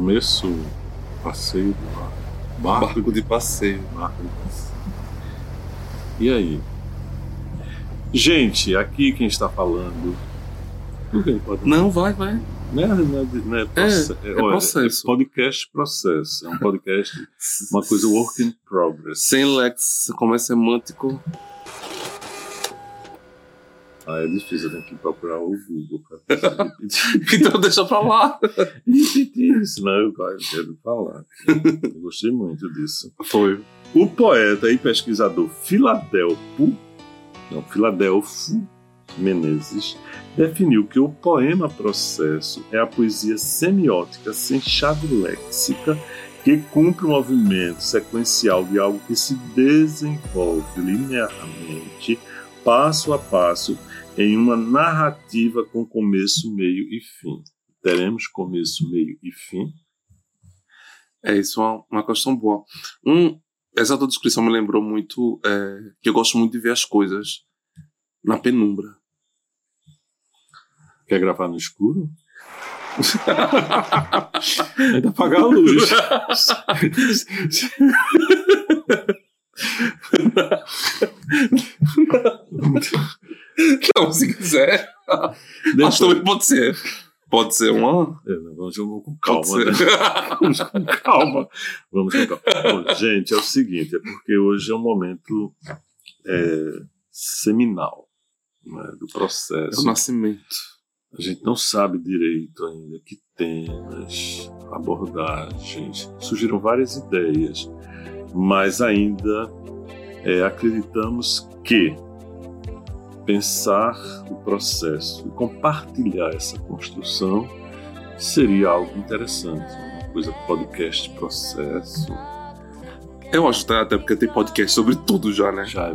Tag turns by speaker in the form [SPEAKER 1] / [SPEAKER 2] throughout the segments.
[SPEAKER 1] Começo, passeio,
[SPEAKER 2] Barco de passeio.
[SPEAKER 1] E aí? Gente, aqui quem está falando...
[SPEAKER 2] Não, vai.
[SPEAKER 1] Não é processo.
[SPEAKER 2] Processo.
[SPEAKER 1] É podcast processo. É um podcast, uma coisa work in progress.
[SPEAKER 2] Sem lex, como é semântico.
[SPEAKER 1] É difícil, eu tenho que procurar o Google para
[SPEAKER 2] Então deixa pra lá.
[SPEAKER 1] Senão eu quero falar. Eu gostei muito disso.
[SPEAKER 2] Foi.
[SPEAKER 1] O poeta e pesquisador Filadelfo Menezes definiu que o poema processo é a poesia semiótica sem chave léxica que cumpre um movimento sequencial de algo que se desenvolve linearmente, passo a passo, em uma narrativa com começo, meio e fim. Teremos começo, meio e fim?
[SPEAKER 2] Isso é uma questão boa. Essa tua descrição me lembrou muito que eu gosto muito de ver as coisas na penumbra.
[SPEAKER 1] Quer gravar no escuro? Ainda apagar a luz.
[SPEAKER 2] Não, se quiser. Acho que também pode ser. Pode ser uma...
[SPEAKER 1] Vamos com calma. Né? Vamos com calma. Bom, gente, é o seguinte, é porque hoje é um momento seminal, né, do processo.
[SPEAKER 2] É o nascimento.
[SPEAKER 1] A gente não sabe direito ainda que temas, abordagens. Surgiram várias ideias, mas ainda acreditamos que pensar o processo e compartilhar essa construção seria algo interessante. Uma coisa podcast processo.
[SPEAKER 2] Eu acho até porque tem podcast sobre tudo já, né?
[SPEAKER 1] Já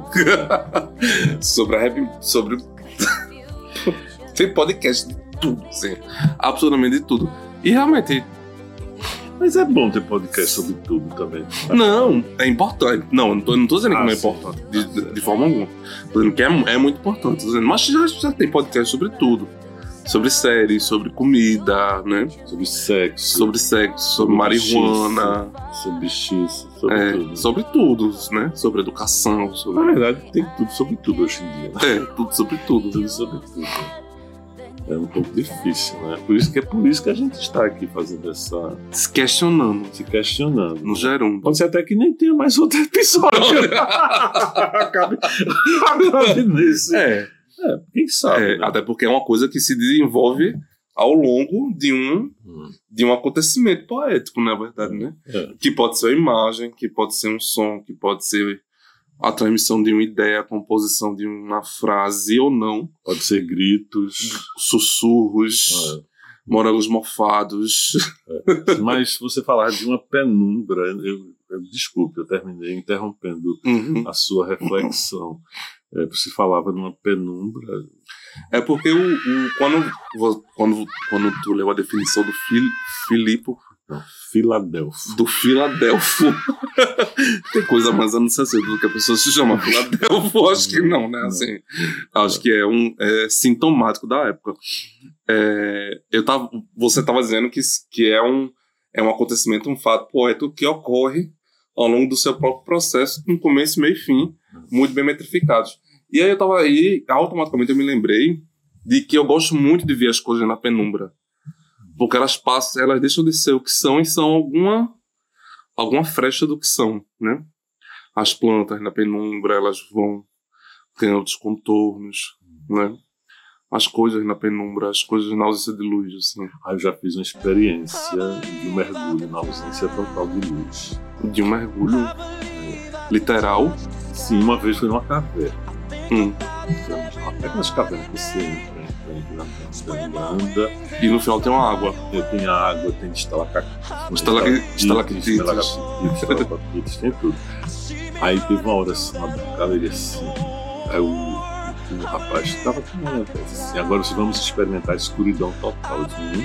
[SPEAKER 2] sobre tem podcast de tudo, sim. Absolutamente de tudo. E realmente...
[SPEAKER 1] Mas é bom ter podcast sobre tudo também.
[SPEAKER 2] Não, é importante. Não tô dizendo que não é
[SPEAKER 1] sim,
[SPEAKER 2] importante. De forma alguma. Tô dizendo que é muito importante. Tô dizendo, mas já tem podcast sobre tudo. Sobre séries, sobre comida, né?
[SPEAKER 1] Sobre sexo.
[SPEAKER 2] Sobre marihuana.
[SPEAKER 1] Sobre X. Sobre tudo.
[SPEAKER 2] Sobre tudo, né? Sobre educação.
[SPEAKER 1] Na verdade, tem tudo sobre tudo hoje em dia. Né?
[SPEAKER 2] Tudo sobre tudo.
[SPEAKER 1] Tudo sobre tudo. É um pouco difícil, né? Por isso que a gente está aqui fazendo essa...
[SPEAKER 2] Se questionando.
[SPEAKER 1] No
[SPEAKER 2] gerúndio.
[SPEAKER 1] Pode ser até que nem tenha mais outro episódio. Acabe nesse. Quem sabe, né?
[SPEAKER 2] Até porque é uma coisa que se desenvolve ao longo de um acontecimento poético, na verdade, né? Que pode ser uma imagem, que pode ser um som, que pode ser a transmissão de uma ideia, a composição de uma frase ou não.
[SPEAKER 1] Pode ser gritos,
[SPEAKER 2] sussurros, morangos mofados.
[SPEAKER 1] Mas se você falar de uma penumbra, desculpe, eu terminei interrompendo a sua reflexão. Você falava de uma penumbra.
[SPEAKER 2] É porque quando tu leu a definição do
[SPEAKER 1] Filadelfo.
[SPEAKER 2] Do Filadelfo. Tem coisa mais anos 60 do que a pessoa se chama Filadelfo. Acho que não, né? Assim, acho que é sintomático da época. Você estava dizendo que é um acontecimento, um fato poético que ocorre ao longo do seu próprio processo, com começo, meio e fim, muito bem metrificados. E aí automaticamente eu me lembrei de que eu gosto muito de ver as coisas na penumbra. Porque elas deixam de ser o que são e são alguma frecha do que são, né? As plantas na penumbra, elas vão tendo outros contornos, né? As coisas na penumbra, as coisas na ausência de luz, assim.
[SPEAKER 1] Eu já fiz uma experiência de um mergulho na ausência total de luz.
[SPEAKER 2] De um mergulho literal?
[SPEAKER 1] Sim, uma vez foi numa caverna. Aquelas cavernas que você anda.
[SPEAKER 2] E no final tem uma água.
[SPEAKER 1] Tem água, tem estalactites, tem tudo. Aí teve uma hora assim, uma brincadeira assim. Aí o rapaz estava com uma assim, agora vamos experimentar a escuridão total.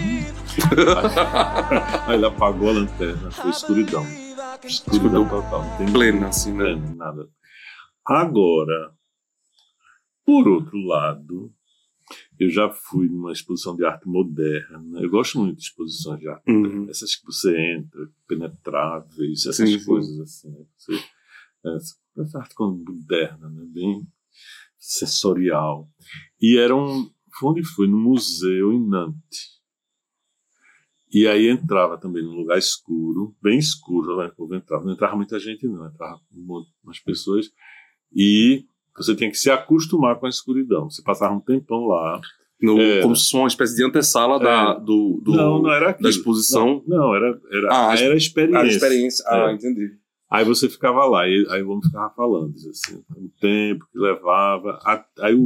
[SPEAKER 1] Aí ele apagou a lanterna, foi escuridão. Escuridão total. Não tem
[SPEAKER 2] plena, assim, né?
[SPEAKER 1] Nada. Agora, por outro lado, Eu já fui numa exposição de arte moderna. Eu gosto muito de exposições de arte moderna. Essas que você entra, penetráveis, essas coisas assim. Né? Essa arte moderna, né? Bem sensorial. E onde foi? No museu em Nantes. E aí entrava também num lugar escuro, bem escuro, né? Não entrava muita gente não, entrava umas pessoas, e você tinha que se acostumar com a escuridão. Você passava um tempão lá.
[SPEAKER 2] Como se fosse uma espécie de antessala
[SPEAKER 1] não era aquilo.
[SPEAKER 2] Da exposição.
[SPEAKER 1] Não, era a experiência.
[SPEAKER 2] A experiência, entendi.
[SPEAKER 1] Aí você ficava lá, aí o homem ficava falando, assim, o tempo que levava, aí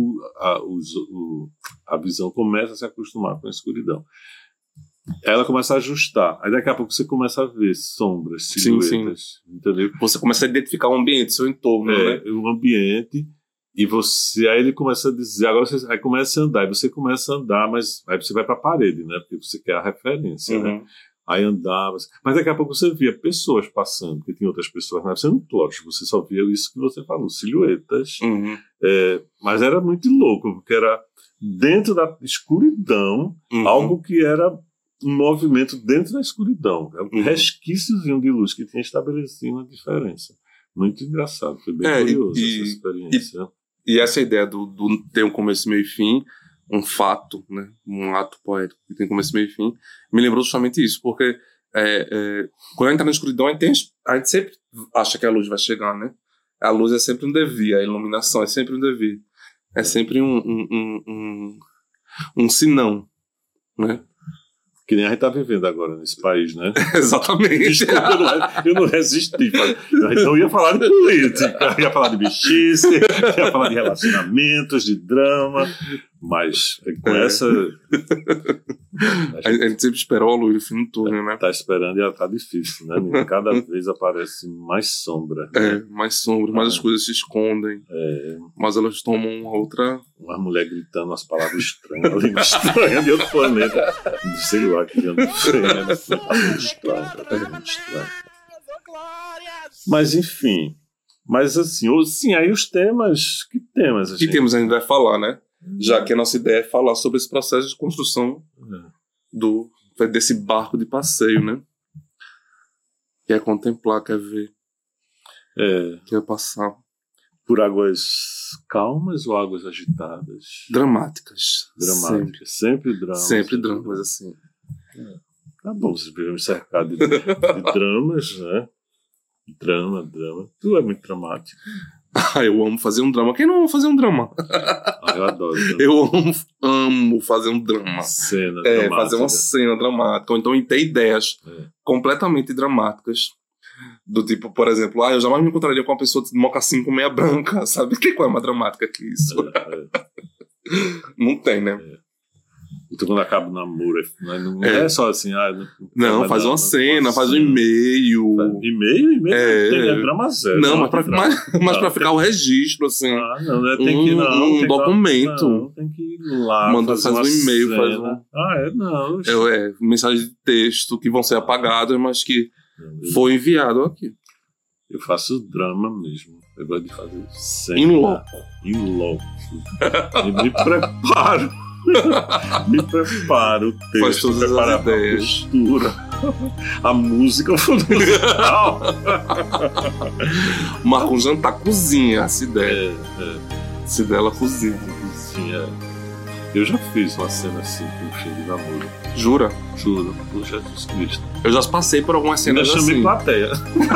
[SPEAKER 1] a visão começa a se acostumar com a escuridão. Aí ela começa a ajustar, aí daqui a pouco você começa a ver sombras, silhuetas, entendeu?
[SPEAKER 2] Você começa a identificar o ambiente, seu entorno, né?
[SPEAKER 1] O ambiente, e aí ele começa a dizer, agora aí começa a andar, aí você começa a andar, mas aí você vai para a parede, né? Porque você quer a referência, né? Aí andava, mas daqui a pouco você via pessoas passando, porque tinha outras pessoas, mas você não lógico, você só via isso que você falou, silhuetas, mas era muito louco, porque era dentro da escuridão, algo que era um movimento dentro da escuridão, um resquíciozinho de luz que tinha estabelecido uma diferença. Muito engraçado, foi bem curioso essa experiência.
[SPEAKER 2] E essa ideia do ter um começo, meio e fim, um fato, né, um ato poético que tem começo, meio e fim, me lembrou justamente isso, porque quando a gente está na escuridão, a gente sempre acha que a luz vai chegar, né? A luz é sempre um devir, a iluminação é sempre um devir, é sempre um senão, né?
[SPEAKER 1] Que nem a gente está vivendo agora nesse país, né?
[SPEAKER 2] Exatamente.
[SPEAKER 1] Desculpa, eu não resisti. Então eu ia falar de política, ia falar de bichice, ia falar de relacionamentos, de drama, mas com essa...
[SPEAKER 2] A gente sempre esperou a luz no fim do túnel, né?
[SPEAKER 1] Tá esperando e ela tá difícil, né? Cada vez aparece mais sombra.
[SPEAKER 2] Né? Mais sombra, mais as coisas se escondem. Mas elas tomam outra...
[SPEAKER 1] Uma mulher gritando umas palavras estranhas, ali estranha de outro planeta. Sei lá, que anda estranho. Mas enfim. Mas assim, aí os temas... Que temas?
[SPEAKER 2] Que temas a gente vai falar, né? Já que a nossa ideia é falar sobre esse processo de construção desse barco de passeio, né? Quer contemplar, quer ver, quer passar.
[SPEAKER 1] Por águas calmas ou águas agitadas?
[SPEAKER 2] Dramáticas.
[SPEAKER 1] Sempre dramas.
[SPEAKER 2] Sempre dramas, assim.
[SPEAKER 1] Tá bom, vocês vivem cercados de dramas, né? Drama. Tu é muito dramático.
[SPEAKER 2] Eu amo fazer um drama. Quem não ama fazer um drama?
[SPEAKER 1] Eu adoro.
[SPEAKER 2] Eu amo fazer um drama.
[SPEAKER 1] Cena dramática.
[SPEAKER 2] Fazer uma cena dramática. Ou então ter ideias completamente dramáticas. Do tipo, por exemplo, eu jamais me encontraria com uma pessoa de mocassim com meia branca, sabe? Que coisa mais dramática que isso? Não tem, né?
[SPEAKER 1] Então quando acaba o namoro, não é só assim,
[SPEAKER 2] não, faz uma cena, faz um e-mail.
[SPEAKER 1] E-mail tem drama zero.
[SPEAKER 2] Não, mas pra ficar o registro, assim.
[SPEAKER 1] Tem que
[SPEAKER 2] um documento.
[SPEAKER 1] Não, tem que ir lá.
[SPEAKER 2] Faz um e-mail, mensagem de texto que vão ser apagadas, mas que foi enviado aqui.
[SPEAKER 1] Eu faço drama mesmo. Eu gosto de fazer cena. In loco. E me preparo. Me preparo o texto,
[SPEAKER 2] faz todas as ideias.
[SPEAKER 1] A postura, a música fundamental.
[SPEAKER 2] Marca um jantar, cozinha, se der. Se der, ela cozinha.
[SPEAKER 1] Eu já fiz uma cena assim com um filme de namoro.
[SPEAKER 2] Jura?
[SPEAKER 1] Juro, por Jesus Cristo.
[SPEAKER 2] Eu já passei por algumas cenas assim.
[SPEAKER 1] Eu chamei plateia.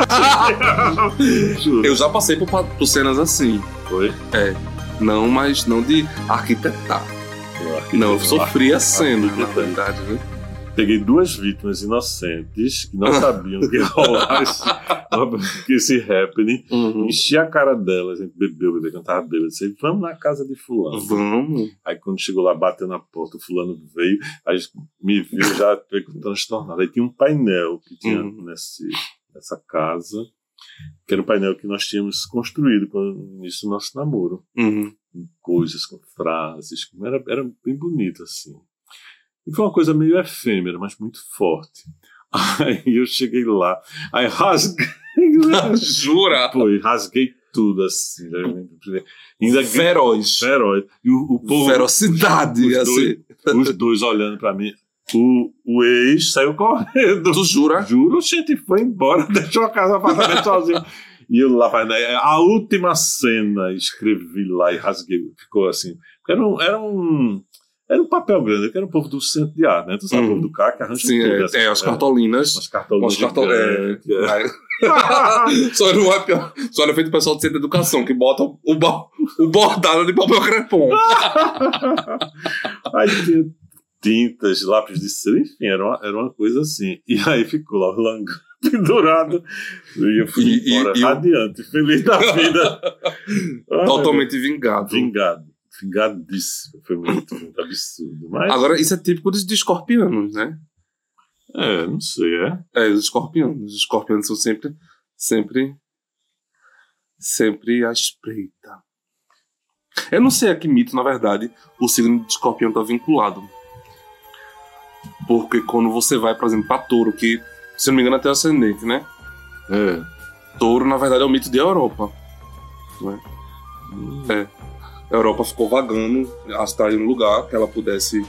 [SPEAKER 1] Juro.
[SPEAKER 2] Eu já passei por cenas assim.
[SPEAKER 1] Foi?
[SPEAKER 2] Não, mas não de arquitetar. Não, eu sofri a cena, na verdade, né?
[SPEAKER 1] Peguei 2 vítimas inocentes que não sabiam que ia rolar esse happening. Enchi a cara delas, a gente bebeu, cantava bêbado. Disse, vamos na casa de fulano.
[SPEAKER 2] Vamos.
[SPEAKER 1] Aí quando chegou lá, bateu na porta, o fulano veio, aí me viu já transtornado. Aí tinha um painel que tinha nessa casa, que era um painel que nós tínhamos construído no início do nosso namoro. Com coisas, com frases, era bem bonito assim. E foi uma coisa meio efêmera, mas muito forte. Aí eu cheguei lá, aí rasguei.
[SPEAKER 2] Jura?
[SPEAKER 1] Rasguei tudo, assim. Né? Ainda
[SPEAKER 2] Feroz.
[SPEAKER 1] E o povo...
[SPEAKER 2] Ferocidade, assim.
[SPEAKER 1] Os dois olhando pra mim. O ex saiu correndo.
[SPEAKER 2] Tu jura?
[SPEAKER 1] Juro, gente, foi embora, deixou a casa, o apartamento sozinho. E eu lá, a última cena, escrevi lá e rasguei, ficou assim. Era um papel grande, que era um povo do centro de arte, né? Tu sabe, o povo do CAC arranja
[SPEAKER 2] sim,
[SPEAKER 1] tudo. Assim,
[SPEAKER 2] as cartolinas.
[SPEAKER 1] As cartolinas.
[SPEAKER 2] Só não é pior. Só não é feito o pessoal do centro de educação, que bota o bordado de papel crepom.
[SPEAKER 1] Aí tinha tintas, lápis de cera, enfim, era uma coisa assim. E aí ficou lá o Lango pendurado. E eu fui embora, radiante, feliz da vida.
[SPEAKER 2] Totalmente vingado.
[SPEAKER 1] Vingadíssimo. Foi muito absurdo. Mas...
[SPEAKER 2] Agora, isso é típico dos escorpianos, né?
[SPEAKER 1] Não sei,
[SPEAKER 2] os escorpianos. Os escorpianos são sempre à espreita. Eu não sei a que mito, na verdade, o signo de escorpião está vinculado. Porque quando você vai, por exemplo, para touro, que, se não me engano, é teu ascendente, né? Touro, na verdade, é o mito de Europa. Né? A Europa ficou vagando, atrás de um lugar que ela pudesse...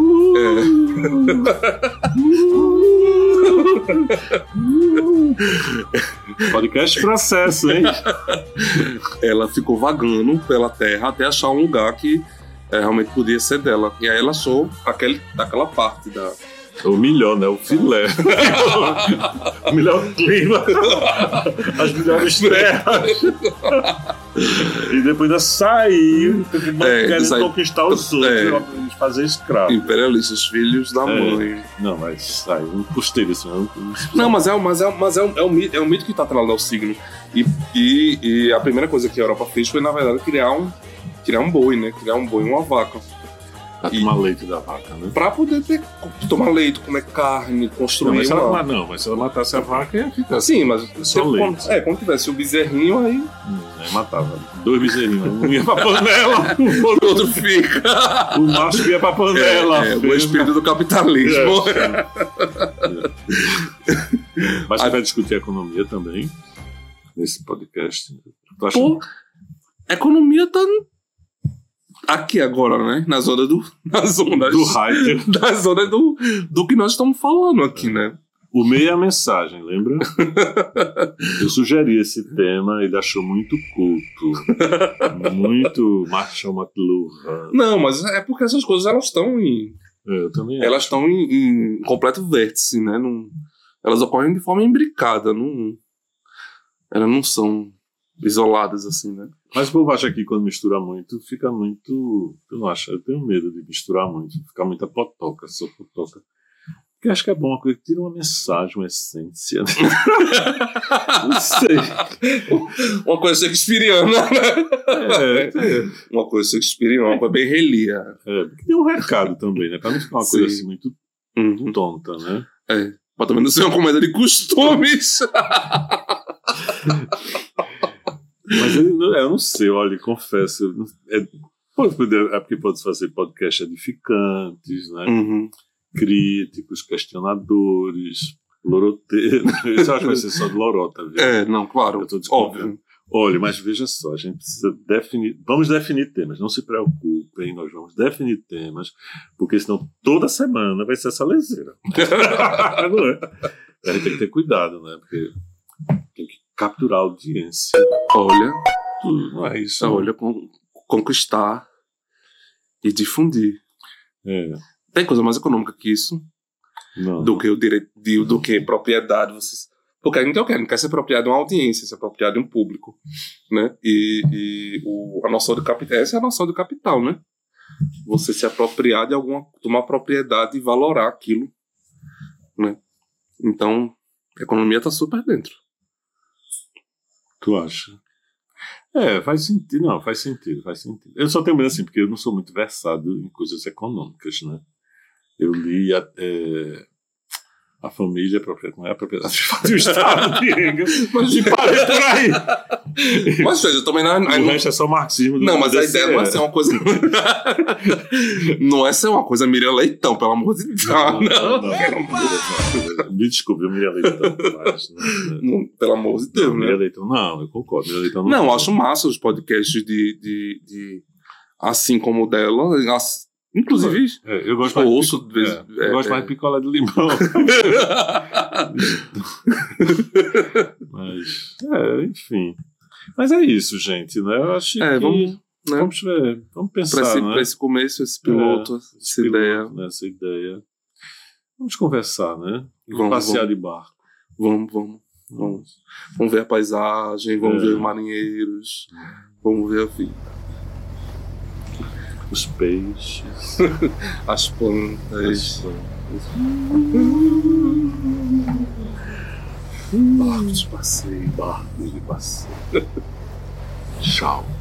[SPEAKER 1] Podcast processo, hein?
[SPEAKER 2] Ela ficou vagando pela terra até achar um lugar que realmente podia ser dela. E aí ela achou aquela parte da...
[SPEAKER 1] O melhor, né? O filé. O melhor clima. As melhores terras. E depois ainda saiu querendo conquistar os outros, fazer escravo.
[SPEAKER 2] Imperialistas, filhos da mãe.
[SPEAKER 1] Não, mas saiu um custeiro isso.
[SPEAKER 2] Não, mas é um mito que está atrelado ao signo. E a primeira coisa que a Europa fez foi, na verdade, criar um boi, né? Criar um boi e uma vaca.
[SPEAKER 1] Pra tomar leite da vaca, né?
[SPEAKER 2] Pra poder tomar leite, comer carne, construir
[SPEAKER 1] mas se ela matasse a vaca, ia ficar
[SPEAKER 2] sim, mas
[SPEAKER 1] só leite.
[SPEAKER 2] Quando tivesse o bezerrinho, aí
[SPEAKER 1] matava 2 bezerrinhos. Um ia pra panela,
[SPEAKER 2] o outro fica.
[SPEAKER 1] O macho ia pra panela.
[SPEAKER 2] O espírito do capitalismo.
[SPEAKER 1] Mas você vai discutir economia também nesse podcast.
[SPEAKER 2] Economia tá aqui agora, né? Na zona do
[SPEAKER 1] hype.
[SPEAKER 2] Na zona do que nós estamos falando aqui, né?
[SPEAKER 1] O meio é a mensagem, lembra? Eu sugeri esse tema, ele achou muito culto. Muito Marshall McLuhan.
[SPEAKER 2] Não, mas é porque essas coisas elas estão em...
[SPEAKER 1] Eu também
[SPEAKER 2] elas estão em completo vértice, né? Elas ocorrem de forma imbricada. Elas não são isoladas assim, né?
[SPEAKER 1] Mas o povo acha que quando mistura muito, fica muito... Eu não acho, eu tenho medo de misturar muito, ficar muita potoca, só potoca. Porque acho que é bom uma coisa que tira uma mensagem, uma essência. Né? Não sei.
[SPEAKER 2] Uma coisa shakespeariana, né? Uma coisa shakespeariana, uma coisa bem relia.
[SPEAKER 1] Porque tem um recado também, né? Pra não ficar uma coisa assim muito tonta, né?
[SPEAKER 2] Pra também não ser uma comédia de costumes.
[SPEAKER 1] Mas eu não sei, olha, confesso. É porque pode fazer podcast edificantes, né? Críticos, questionadores, loroteiros. Isso eu acho que vai ser só de lorota, viu?
[SPEAKER 2] Não, claro.
[SPEAKER 1] Eu tô descobrindo. Olha, mas veja só, a gente precisa definir. Vamos definir temas, não se preocupem, nós vamos definir temas, porque senão toda semana vai ser essa leseira. Não é? A gente tem que ter cuidado, né? Porque tem que capturar a audiência.
[SPEAKER 2] Olha,
[SPEAKER 1] não é isso.
[SPEAKER 2] Olha, conquistar e difundir. Tem coisa mais econômica que isso?
[SPEAKER 1] Não.
[SPEAKER 2] Do que o direito, do que propriedade. Porque a gente não quer ser propriedade de uma audiência, ser propriedade de um público, né? A noção do capital, essa é a noção do capital, né? Você se apropriar de tomar propriedade e valorar aquilo, né? Então, a economia está super dentro.
[SPEAKER 1] Tu acha? Faz sentido. Não, faz sentido. Eu só tenho medo assim, porque eu não sou muito versado em coisas econômicas, né? Eu li a família, não é a propriedade do Estado, Diego, mas me parei por aí.
[SPEAKER 2] Mas veja, também não
[SPEAKER 1] O resto é só marxismo.
[SPEAKER 2] Não, mas a ideia não é ser uma coisa. Não é ser uma coisa Miriam Leitão, pelo amor de Deus. Não.
[SPEAKER 1] Me desculpe, eu Miriam Leitão. Mas,
[SPEAKER 2] Não, pelo amor de Deus, né?
[SPEAKER 1] Miriam Leitão, não, eu concordo. Miriam Leitão
[SPEAKER 2] Não, eu acho massa os podcasts de assim como o dela. Inclusive,
[SPEAKER 1] eu gosto
[SPEAKER 2] eu
[SPEAKER 1] mais
[SPEAKER 2] ouço de vez.
[SPEAKER 1] eu gosto mais de picolé de limão. Mas, enfim. Mas é isso, gente, né? Eu acho que vamos ver, vamos pensar,
[SPEAKER 2] pra esse começo, esse piloto, essa ideia.
[SPEAKER 1] Né, essa ideia. Vamos conversar, né?
[SPEAKER 2] Vamos
[SPEAKER 1] passear de barco.
[SPEAKER 2] Vamos ver a paisagem, vamos ver os marinheiros, vamos ver a vida.
[SPEAKER 1] Os peixes.
[SPEAKER 2] As plantas.
[SPEAKER 1] Barcos de passeio.
[SPEAKER 2] Barcos de passeio.
[SPEAKER 1] Tchau.